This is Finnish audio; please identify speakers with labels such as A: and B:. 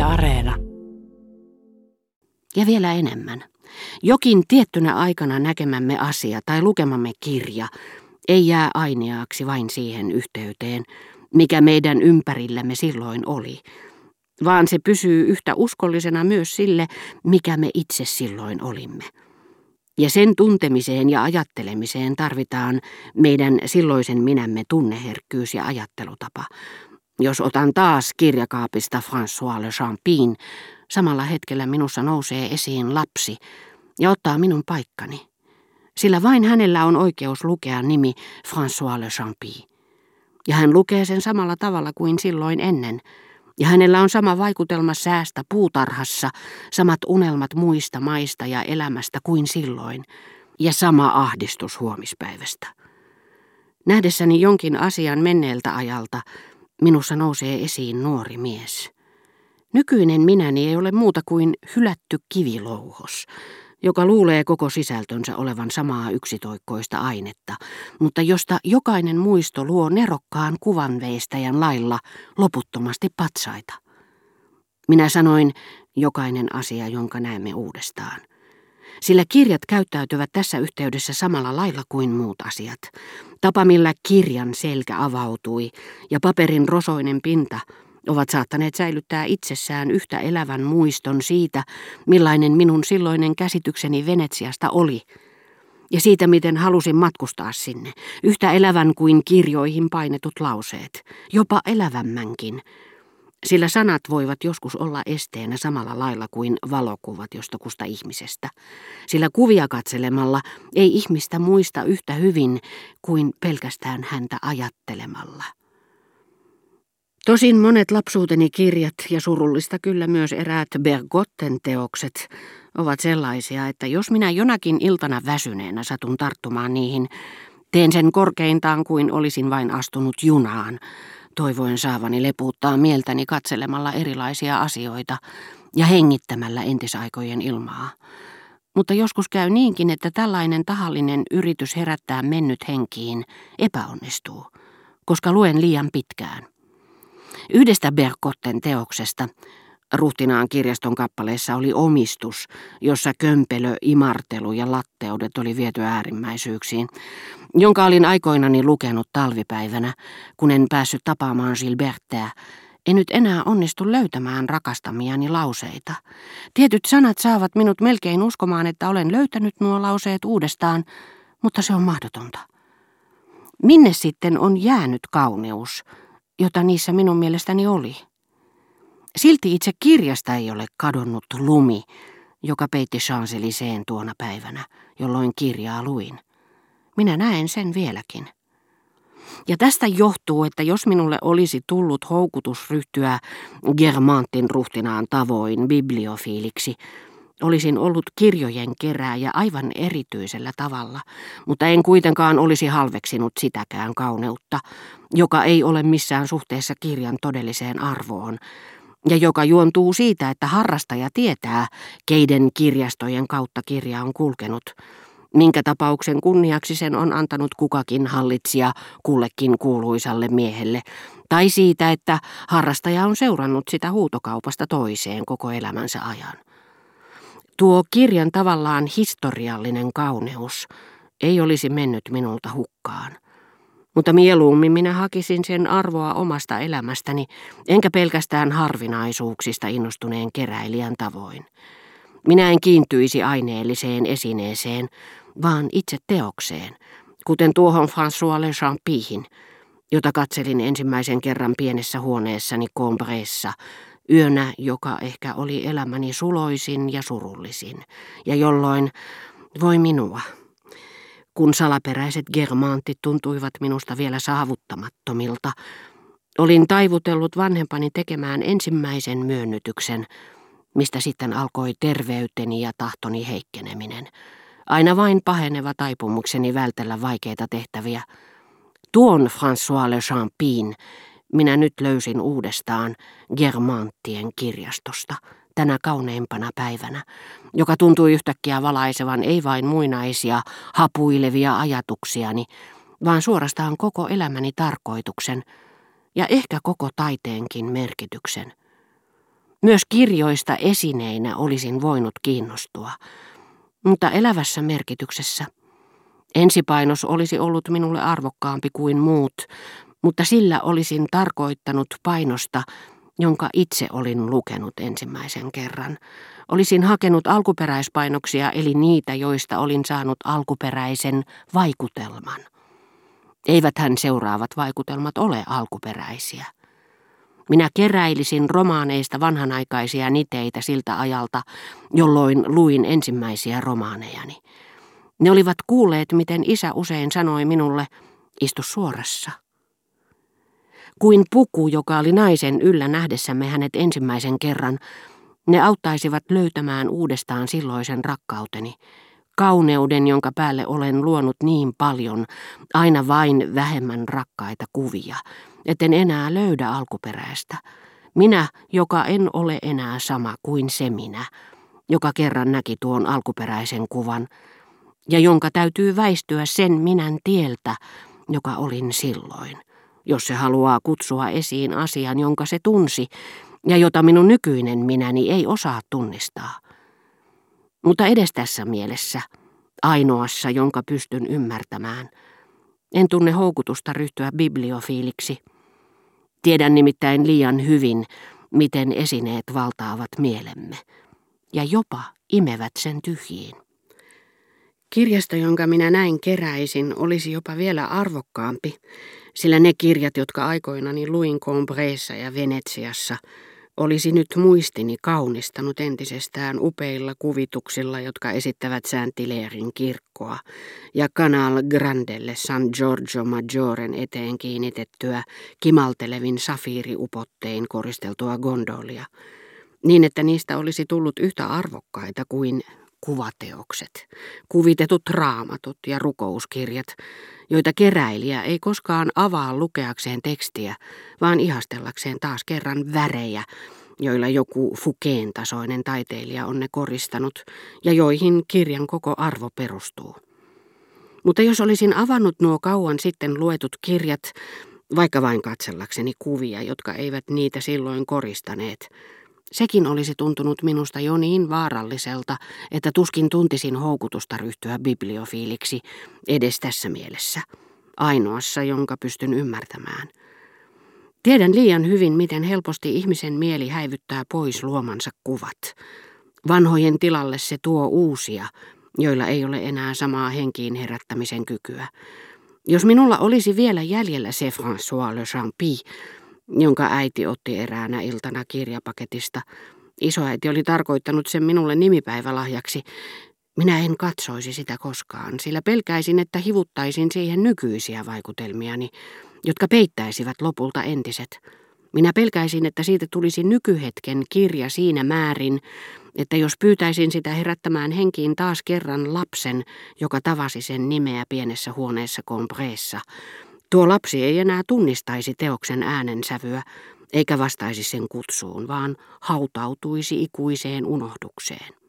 A: Areena.
B: Ja vielä enemmän. Jokin tiettynä aikana näkemämme asia tai lukemamme kirja ei jää aineaksi vain siihen yhteyteen, mikä meidän ympärillämme silloin oli, vaan se pysyy yhtä uskollisena myös sille, mikä me itse silloin olimme. Ja sen tuntemiseen ja ajattelemiseen tarvitaan meidän silloisen minämme tunneherkkyys ja ajattelutapa. Jos otan taas kirjakaapista François Le Champin, samalla hetkellä minussa nousee esiin lapsi ja ottaa minun paikkani. Sillä vain hänellä on oikeus lukea nimi François Le Champin. Ja hän lukee sen samalla tavalla kuin silloin ennen. Ja hänellä on sama vaikutelma säästä puutarhassa, samat unelmat muista maista ja elämästä kuin silloin, ja sama ahdistus huomispäivästä. Nähdessäni jonkin asian menneeltä ajalta, minussa nousee esiin nuori mies. Nykyinen minäni ei ole muuta kuin hylätty kivilouhos, joka luulee koko sisältönsä olevan samaa yksitoikkoista ainetta, mutta josta jokainen muisto luo nerokkaan kuvanveistäjän lailla loputtomasti patsaita. Minä sanoin jokainen asia, jonka näemme uudestaan. Sillä kirjat käyttäytyvät tässä yhteydessä samalla lailla kuin muut asiat. Tapa, millä kirjan selkä avautui ja paperin rosoinen pinta ovat saattaneet säilyttää itsessään yhtä elävän muiston siitä, millainen minun silloinen käsitykseni Venetsiasta oli, ja siitä, miten halusin matkustaa sinne, yhtä elävän kuin kirjoihin painetut lauseet, jopa elävämmänkin, sillä sanat voivat joskus olla esteenä samalla lailla kuin valokuvat jostakusta ihmisestä, sillä kuvia katselemalla ei ihmistä muista yhtä hyvin kuin pelkästään häntä ajattelemalla. Tosin monet lapsuuteni kirjat ja surullista kyllä myös eräät Bergotten teokset ovat sellaisia, että jos minä jonakin iltana väsyneenä satun tarttumaan niihin, teen sen korkeintaan kuin olisin vain astunut junaan, toivoen saavani lepuuttaa mieltäni katselemalla erilaisia asioita ja hengittämällä entisaikojen ilmaa. Mutta joskus käy niinkin, että tällainen tahallinen yritys herättää mennyt henkiin epäonnistuu, koska luen liian pitkään. Yhdestä Bergotten teoksesta, Ruhtinaan kirjaston kappaleessa oli omistus, jossa kömpelö, imartelu ja latteudet oli viety äärimmäisyyksiin, jonka olin aikoinani lukenut talvipäivänä, kun en päässyt tapaamaan Gilbertteä. En nyt enää onnistu löytämään rakastamiani lauseita. Tietyt sanat saavat minut melkein uskomaan, että olen löytänyt nuo lauseet uudestaan, mutta se on mahdotonta. Minne sitten on jäänyt kauneus, jota niissä minun mielestäni oli? Silti itse kirjasta ei ole kadonnut lumi, joka peitti Champs-Élysées tuona päivänä, jolloin kirjaa luin. Minä näen sen vieläkin. Ja tästä johtuu, että jos minulle olisi tullut houkutus ryhtyä Guermantin ruhtinaan tavoin bibliofiiliksi, olisin ollut kirjojen kerääjä aivan erityisellä tavalla, mutta en kuitenkaan olisi halveksinut sitäkään kauneutta, joka ei ole missään suhteessa kirjan todelliseen arvoon, ja joka juontuu siitä, että harrastaja tietää, keiden kirjastojen kautta kirja on kulkenut, minkä tapauksen kunniaksi sen on antanut kukakin hallitsija kullekin kuuluisalle miehelle, tai siitä, että harrastaja on seurannut sitä huutokaupasta toiseen koko elämänsä ajan. Tuo kirjan tavallaan historiallinen kauneus ei olisi mennyt minulta hukkaan. Mutta mieluummin minä hakisin sen arvoa omasta elämästäni, enkä pelkästään harvinaisuuksista innostuneen keräilijän tavoin. Minä en kiintyisi aineelliseen esineeseen, vaan itse teokseen, kuten tuohon François Le Champin, jota katselin ensimmäisen kerran pienessä huoneessani Combrayssa, yönä, joka ehkä oli elämäni suloisin ja surullisin, ja jolloin, voi minua, kun salaperäiset Guermantit tuntuivat minusta vielä saavuttamattomilta, olin taivutellut vanhempani tekemään ensimmäisen myönnytyksen, mistä sitten alkoi terveyteni ja tahtoni heikkeneminen. Aina vain paheneva taipumukseni vältellä vaikeita tehtäviä. Tuon François Le Champin minä nyt löysin uudestaan Guermanttien kirjastosta tänä kauneimpana päivänä, joka tuntui yhtäkkiä valaisevan ei vain muinaisia, hapuilevia ajatuksiani, vaan suorastaan koko elämäni tarkoituksen ja ehkä koko taiteenkin merkityksen. Myös kirjoista esineinä olisin voinut kiinnostua, mutta elävässä merkityksessä. Ensipainos olisi ollut minulle arvokkaampi kuin muut, mutta sillä olisin tarkoittanut painosta, jonka itse olin lukenut ensimmäisen kerran. Olisin hakenut alkuperäispainoksia, eli niitä, joista olin saanut alkuperäisen vaikutelman. Eiväthän seuraavat vaikutelmat ole alkuperäisiä. Minä keräilisin romaaneista vanhanaikaisia niteitä siltä ajalta, jolloin luin ensimmäisiä romaanejani. Ne olivat kuulleet, miten isä usein sanoi minulle, istu suorassa. Kuin puku, joka oli naisen yllä nähdessämme hänet ensimmäisen kerran, ne auttaisivat löytämään uudestaan silloisen rakkauteni, kauneuden, jonka päälle olen luonut niin paljon, aina vain vähemmän rakkaita kuvia, etten enää löydä alkuperäistä. Minä, joka en ole enää sama kuin se minä, joka kerran näki tuon alkuperäisen kuvan, ja jonka täytyy väistyä sen minän tieltä, joka olin silloin, jos se haluaa kutsua esiin asian, jonka se tunsi, ja jota minun nykyinen minäni ei osaa tunnistaa. Mutta edes tässä mielessä, ainoassa, jonka pystyn ymmärtämään, en tunne houkutusta ryhtyä bibliofiiliksi. Tiedän nimittäin liian hyvin, miten esineet valtaavat mielemme, ja jopa imevät sen tyhjiin. Kirjasto, jonka minä näin keräisin, olisi jopa vielä arvokkaampi, sillä ne kirjat, jotka aikoinani luin Combreessa ja Venetsiassa, olisi nyt muistini kaunistanut entisestään upeilla kuvituksilla, jotka esittävät Saint-Hilairen kirkkoa ja Canal Grandelle San Giorgio Maggioren eteen kiinnitettyä kimaltelevin safiiriupottein koristeltua gondolia, niin että niistä olisi tullut yhtä arvokkaita kuin kuvateokset, kuvitetut raamatut ja rukouskirjat, joita keräilijä ei koskaan avaa lukeakseen tekstiä, vaan ihastellakseen taas kerran värejä, joilla joku Fouquén tasoinen taiteilija on ne koristanut ja joihin kirjan koko arvo perustuu. Mutta jos olisin avannut nuo kauan sitten luetut kirjat, vaikka vain katsellakseni kuvia, jotka eivät niitä silloin koristaneet, sekin olisi tuntunut minusta jo niin vaaralliselta, että tuskin tuntisin houkutusta ryhtyä bibliofiiliksi edes tässä mielessä, ainoassa, jonka pystyn ymmärtämään. Tiedän liian hyvin, miten helposti ihmisen mieli häivyttää pois luomansa kuvat. Vanhojen tilalle se tuo uusia, joilla ei ole enää samaa henkiin herättämisen kykyä. Jos minulla olisi vielä jäljellä se François Le Champy, jonka äiti otti eräänä iltana kirjapaketista. Isoäiti oli tarkoittanut sen minulle nimipäivälahjaksi. Minä en katsoisi sitä koskaan, sillä pelkäisin, että hivuttaisin siihen nykyisiä vaikutelmiani, jotka peittäisivät lopulta entiset. Minä pelkäisin, että siitä tulisi nykyhetken kirja siinä määrin, että jos pyytäisin sitä herättämään henkiin taas kerran lapsen, joka tavasi sen nimeä pienessä huoneessa Combreessa, tuo lapsi ei enää tunnistaisi teoksen äänensävyä, eikä vastaisi sen kutsuun, vaan hautautuisi ikuiseen unohdukseen.